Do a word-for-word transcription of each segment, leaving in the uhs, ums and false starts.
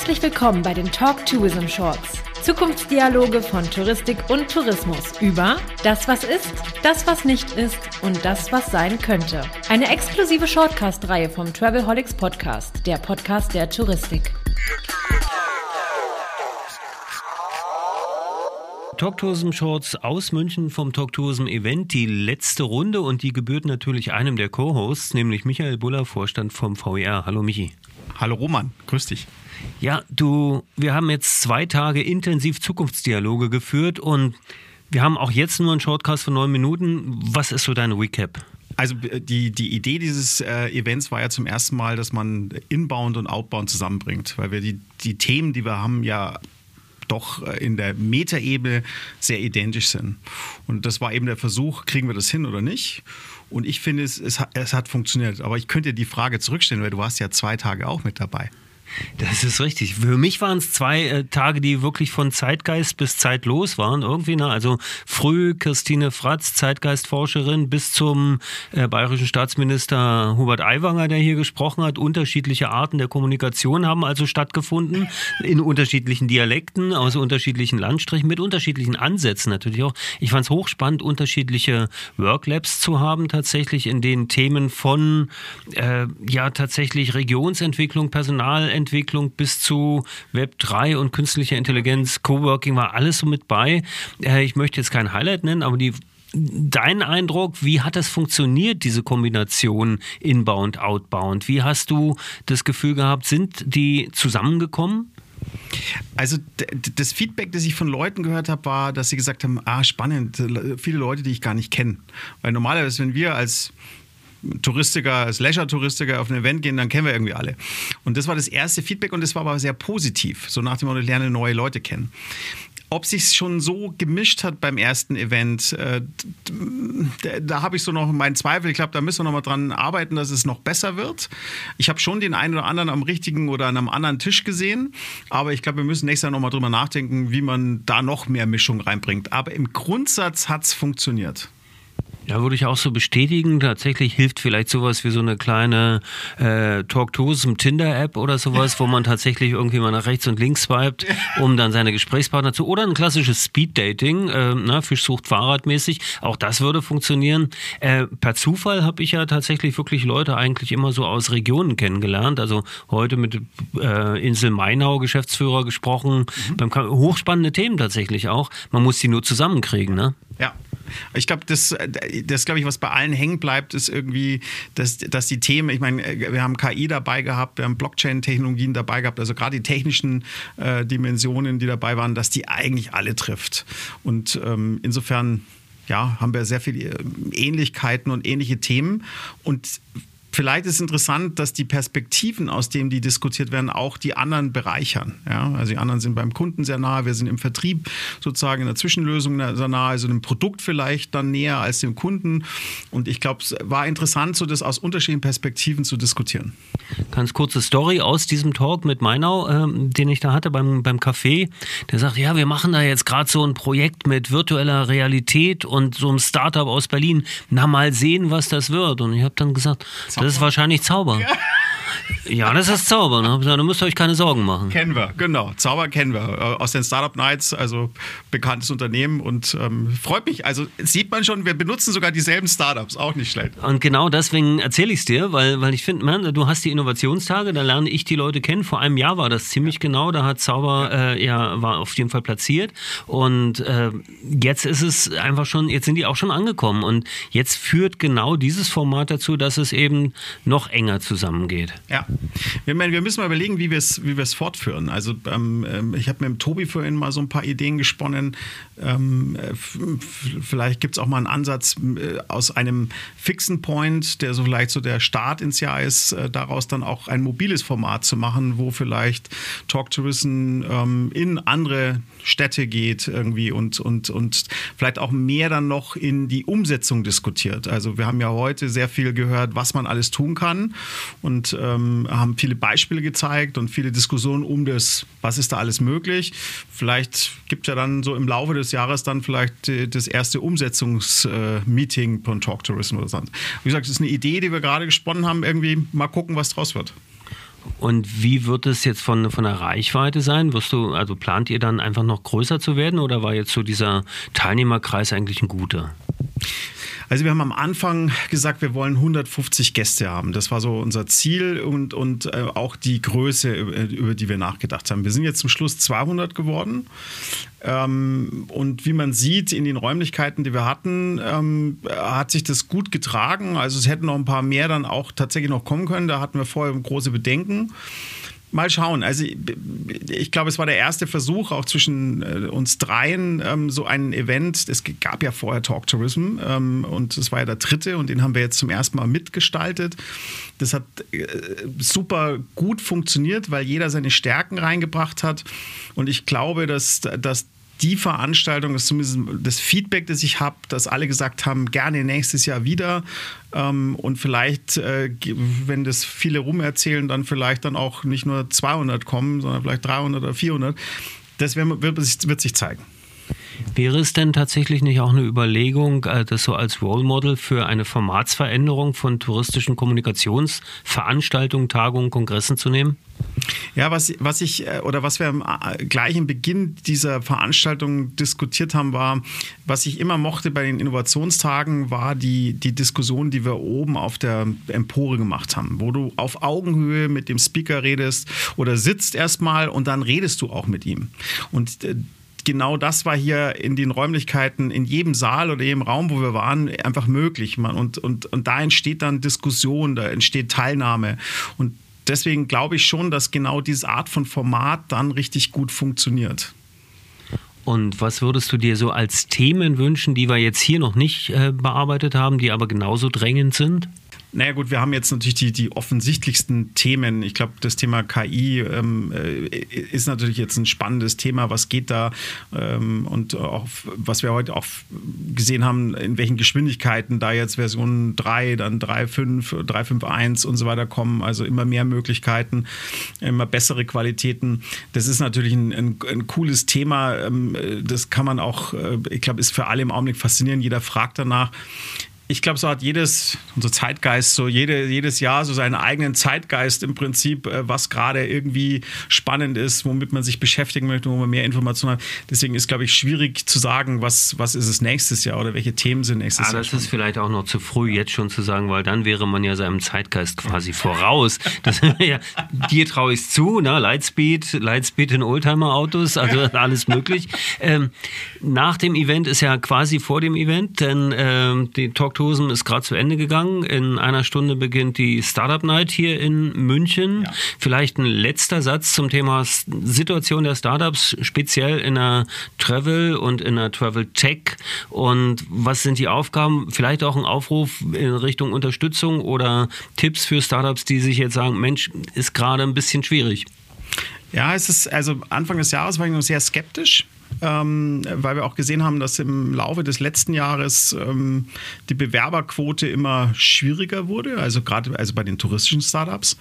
Herzlich willkommen bei den Talk Tourism Shorts. Zukunftsdialoge von Touristik und Tourismus über das, was ist, das, was nicht ist und das, was sein könnte. Eine exklusive Shortcast-Reihe vom Travelholics Podcast, der Podcast der Touristik. Talk Tourism Shorts aus München vom Talk Tourism Event, die letzte Runde, und die gebührt natürlich einem der Co-Hosts, nämlich Michael Buller, Vorstand vom V E R. Hallo Michi. Hallo Roman, grüß dich. Ja, du, wir haben jetzt zwei Tage intensiv Zukunftsdialoge geführt und wir haben auch jetzt nur einen Shortcast von neun Minuten. Was ist so dein Recap? Also die, die Idee dieses äh, Events war ja zum ersten Mal, dass man Inbound und Outbound zusammenbringt, weil wir die, die Themen, die wir haben, ja doch in der Metaebene sehr identisch sind. Und das war eben der Versuch, kriegen wir das hin oder nicht? Und ich finde, es, es, hat, es hat funktioniert. Aber ich könnte dir die Frage zurückstellen, weil du warst ja zwei Tage auch mit dabei. Das ist richtig. Für mich waren es zwei äh, Tage, die wirklich von Zeitgeist bis zeitlos waren. Irgendwie, ne? Also früh Christine Fratz, Zeitgeistforscherin, bis zum äh, bayerischen Staatsminister Hubert Aiwanger, der hier gesprochen hat. Unterschiedliche Arten der Kommunikation haben also stattgefunden, in unterschiedlichen Dialekten, aus unterschiedlichen Landstrichen, mit unterschiedlichen Ansätzen natürlich auch. Ich fand es hochspannend, unterschiedliche Worklabs zu haben, tatsächlich, in den Themen von äh, ja tatsächlich Regionsentwicklung, Personal Entwicklung bis zu Web drei und künstlicher Intelligenz, Coworking war alles so mit bei. Äh, ich möchte jetzt kein Highlight nennen, aber die, dein Eindruck, wie hat das funktioniert, diese Kombination Inbound, Outbound? Wie hast du das Gefühl gehabt, sind die zusammengekommen? Also das Feedback, das ich von Leuten gehört habe, war, dass sie gesagt haben, ah, spannend, viele Leute, die ich gar nicht kenne. Weil normalerweise, wenn wir als Touristiker, als Leisure-Touristiker auf ein Event gehen, dann kennen wir irgendwie alle. Und das war das erste Feedback und das war aber sehr positiv. So nach dem Motto, ich lerne neue Leute kennen. Ob sich schon so gemischt hat beim ersten Event, äh, da, da habe ich so noch meinen Zweifel. Ich glaube, da müssen wir noch mal dran arbeiten, dass es noch besser wird. Ich habe schon den einen oder anderen am richtigen oder an einem anderen Tisch gesehen, aber ich glaube, wir müssen nächstes Jahr noch mal drüber nachdenken, wie man da noch mehr Mischung reinbringt. Aber im Grundsatz hat es funktioniert. Ja, würde ich auch so bestätigen. Tatsächlich hilft vielleicht sowas wie so eine kleine äh, Talk-Tourism-Tinder-App oder sowas, wo man tatsächlich irgendwie mal nach rechts und links swiped, um dann seine Gesprächspartner zu... Oder ein klassisches Speed-Dating, äh, na, Fisch sucht Fahrradmäßig. Auch das würde funktionieren. Äh, per Zufall habe ich ja tatsächlich wirklich Leute eigentlich immer so aus Regionen kennengelernt. Also heute mit äh, Insel Mainau Geschäftsführer gesprochen. Mhm. Beim K- hochspannende Themen tatsächlich auch. Man muss die nur zusammenkriegen, ne? Ja. Ich glaube, das, das glaube ich, was bei allen hängen bleibt, ist irgendwie, dass, dass die Themen, ich meine, wir haben K I dabei gehabt, wir haben Blockchain-Technologien dabei gehabt, also gerade die technischen äh, Dimensionen, die dabei waren, dass die eigentlich alle trifft. Und ähm, insofern, ja, haben wir sehr viele Ähnlichkeiten und ähnliche Themen. Und vielleicht ist interessant, dass die Perspektiven, aus denen die diskutiert werden, auch die anderen bereichern. Ja, also die anderen sind beim Kunden sehr nahe, wir sind im Vertrieb sozusagen in der Zwischenlösung sehr nahe, also dem Produkt vielleicht dann näher als dem Kunden. Und ich glaube, es war interessant, so das aus unterschiedlichen Perspektiven zu diskutieren. Ganz kurze Story aus diesem Talk mit Mainau, ähm, den ich da hatte beim, beim Café. Der sagt, ja, wir machen da jetzt gerade so ein Projekt mit virtueller Realität und so einem Startup aus Berlin. Na, mal sehen, was das wird. Und ich habe dann gesagt, das ist wahrscheinlich Zauber. Ja. Ja, das ist Zauber. Ne? Da müsst ihr euch keine Sorgen machen. Kennen wir, genau. Zauber kennen wir. Aus den Startup Nights, also bekanntes Unternehmen. Und ähm, freut mich. Also sieht man schon, wir benutzen sogar dieselben Startups. Auch nicht schlecht. Und genau deswegen erzähle ich es dir, weil, weil ich finde, du hast die Innovationstage, da lerne ich die Leute kennen. Vor einem Jahr war das ziemlich genau. Da hat Zauber äh, ja, war auf jeden Fall platziert. Und äh, jetzt ist es einfach schon, jetzt sind die auch schon angekommen. Und jetzt führt genau dieses Format dazu, dass es eben noch enger zusammengeht. Ja, wir, wir müssen mal überlegen, wie wir es wie wir es fortführen. Also ähm, ich habe mit dem Tobi vorhin mal so ein paar Ideen gesponnen. Ähm, f- vielleicht gibt es auch mal einen Ansatz äh, aus einem fixen Point, der so vielleicht so der Start ins Jahr ist, äh, daraus dann auch ein mobiles Format zu machen, wo vielleicht Talk Tourism ähm, in andere Städte geht irgendwie und, und, und vielleicht auch mehr dann noch in die Umsetzung diskutiert. Also wir haben ja heute sehr viel gehört, was man alles tun kann und ähm, haben viele Beispiele gezeigt und viele Diskussionen um das, was ist da alles möglich. Vielleicht gibt es ja dann so im Laufe des Jahres dann vielleicht das erste Umsetzungsmeeting von Talk Tourism oder so. Wie gesagt, das ist eine Idee, die wir gerade gesponnen haben. Irgendwie mal gucken, was draus wird. Und wie wird es jetzt von, von der Reichweite sein? Wirst du, also plant ihr dann einfach noch größer zu werden oder war jetzt so dieser Teilnehmerkreis eigentlich ein guter? Also wir haben am Anfang gesagt, wir wollen hundertfünfzig Gäste haben. Das war so unser Ziel und, und äh, auch die Größe, über die wir nachgedacht haben. Wir sind jetzt zum Schluss zweihundert geworden. Ähm, und wie man sieht, in den Räumlichkeiten, die wir hatten, ähm, hat sich das gut getragen. Also es hätten noch ein paar mehr dann auch tatsächlich noch kommen können. Da hatten wir vorher große Bedenken. Mal schauen. Also ich, ich glaube, es war der erste Versuch auch zwischen äh, uns dreien, ähm, so ein Event. Es gab ja vorher Talk Tourism ähm, und es war ja der dritte und den haben wir jetzt zum ersten Mal mitgestaltet. Das hat äh, super gut funktioniert, weil jeder seine Stärken reingebracht hat und ich glaube, dass, dass die Veranstaltung, das ist zumindest das Feedback, das ich habe, dass alle gesagt haben, gerne nächstes Jahr wieder. Ähm, und vielleicht, äh, wenn das viele rumerzählen, dann vielleicht dann auch nicht nur zweihundert kommen, sondern vielleicht dreihundert oder vierhundert. Das wird, wird, wird sich zeigen. Wäre es denn tatsächlich nicht auch eine Überlegung, das so als Role Model für eine Formatsveränderung von touristischen Kommunikationsveranstaltungen, Tagungen, Kongressen zu nehmen? Ja, was, was ich oder was wir gleich im Beginn dieser Veranstaltung diskutiert haben, war, was ich immer mochte bei den Innovationstagen, war die, die Diskussion, die wir oben auf der Empore gemacht haben, wo du auf Augenhöhe mit dem Speaker redest oder sitzt erstmal und dann redest du auch mit ihm. Und genau das war hier in den Räumlichkeiten, in jedem Saal oder jedem Raum, wo wir waren, einfach möglich. Und, und, und da entsteht dann Diskussion, da entsteht Teilnahme. Und deswegen glaube ich schon, dass genau diese Art von Format dann richtig gut funktioniert. Und was würdest du dir so als Themen wünschen, die wir jetzt hier noch nicht äh, bearbeitet haben, die aber genauso drängend sind? Naja gut, wir haben jetzt natürlich die, die offensichtlichsten Themen. Ich glaube, das Thema K I ähm, ist natürlich jetzt ein spannendes Thema. Was geht da? Ähm, und auch, was wir heute auch gesehen haben, in welchen Geschwindigkeiten da jetzt Version drei, dann drei Punkt fünf, drei Punkt eins und so weiter kommen. Also immer mehr Möglichkeiten, immer bessere Qualitäten. Das ist natürlich ein, ein, ein cooles Thema. Das kann man auch, ich glaube, ist für alle im Augenblick faszinierend. Jeder fragt danach. Ich glaube, so hat jedes, unser Zeitgeist, so jede, jedes Jahr so seinen eigenen Zeitgeist im Prinzip, was gerade irgendwie spannend ist, womit man sich beschäftigen möchte, wo man mehr Informationen hat. Deswegen ist, glaube ich, schwierig zu sagen, was, was ist es nächstes Jahr oder welche Themen sind nächstes Aber Jahr. Aber das ist vielleicht auch noch zu früh, jetzt schon zu sagen, weil dann wäre man ja seinem Zeitgeist quasi voraus. Das, ja, dir traue ich es zu, ne? Lightspeed, Lightspeed in Oldtimer-Autos, also alles möglich. Ähm, nach dem Event ist ja quasi vor dem Event, denn ähm, die Talk Tourism ist gerade zu Ende gegangen. In einer Stunde beginnt die Startup Night hier in München. Ja. Vielleicht ein letzter Satz zum Thema Situation der Startups, speziell in der Travel und in der Travel Tech. Und was sind die Aufgaben? Vielleicht auch ein Aufruf in Richtung Unterstützung oder Tipps für Startups, die sich jetzt sagen, Mensch, ist gerade ein bisschen schwierig. Ja, es ist, also Anfang des Jahres war ich noch sehr skeptisch. Ähm, weil wir auch gesehen haben, dass im Laufe des letzten Jahres ähm, die Bewerberquote immer schwieriger wurde, also gerade also bei den touristischen Startups.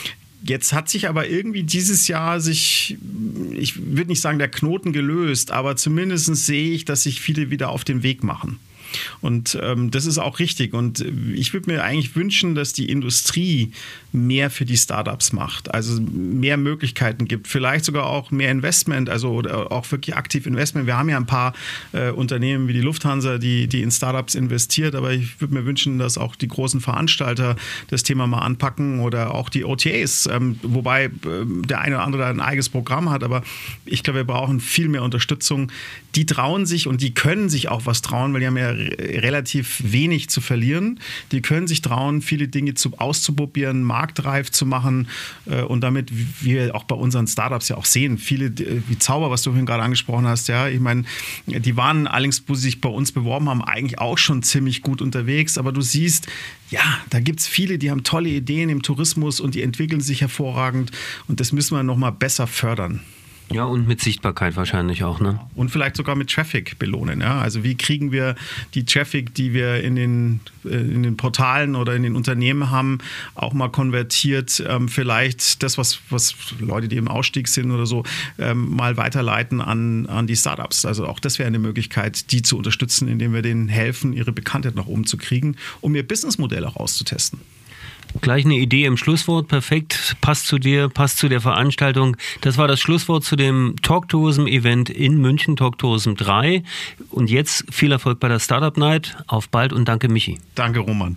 Jetzt hat sich aber irgendwie dieses Jahr sich, ich würde nicht sagen der Knoten gelöst, aber zumindest sehe ich, dass sich viele wieder auf den Weg machen. Und ähm, das ist auch richtig. Und ich würde mir eigentlich wünschen, dass die Industrie mehr für die Startups macht. Also mehr Möglichkeiten gibt. Vielleicht sogar auch mehr Investment, also oder auch wirklich aktiv Investment. Wir haben ja ein paar äh, Unternehmen wie die Lufthansa, die, die in Startups investiert. Aber ich würde mir wünschen, dass auch die großen Veranstalter das Thema mal anpacken oder auch die O T As. Ähm, wobei äh, der eine oder andere ein eigenes Programm hat. Aber ich glaube, wir brauchen viel mehr Unterstützung. Die trauen sich und die können sich auch was trauen, weil die haben ja relativ wenig zu verlieren. Die können sich trauen, viele Dinge zu, auszuprobieren, marktreif zu machen äh, und damit, wie wir auch bei unseren Startups ja auch sehen, viele, wie Zauber, was du vorhin gerade angesprochen hast, ja, ich meine, die waren allerdings, wo sie sich bei uns beworben haben, eigentlich auch schon ziemlich gut unterwegs, aber du siehst, ja, da gibt es viele, die haben tolle Ideen im Tourismus und die entwickeln sich hervorragend und das müssen wir nochmal besser fördern. Ja, und mit Sichtbarkeit wahrscheinlich auch, ne? Und vielleicht sogar mit Traffic belohnen, ja. Also wie kriegen wir die Traffic, die wir in den, in den Portalen oder in den Unternehmen haben, auch mal konvertiert, ähm, vielleicht das, was, was Leute, die im Ausstieg sind oder so, ähm, mal weiterleiten an, an die Startups. Also auch das wäre eine Möglichkeit, die zu unterstützen, indem wir denen helfen, ihre Bekanntheit nach oben zu kriegen, um ihr Businessmodell auch auszutesten. Gleich eine Idee im Schlusswort, perfekt, passt zu dir, passt zu der Veranstaltung. Das war das Schlusswort zu dem Talk Tourism Event in München, Talk Tourism drei. Und jetzt viel Erfolg bei der Startup Night. Auf bald und danke, Michi. Danke, Roman.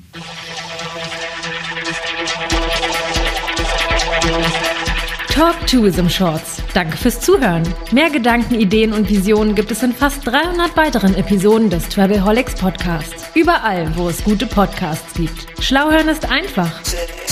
Talk Tourism Shorts. Danke fürs Zuhören. Mehr Gedanken, Ideen und Visionen gibt es in fast dreihundert weiteren Episoden des Travelholics Podcasts. Überall, wo es gute Podcasts gibt. Schlau hören ist einfach.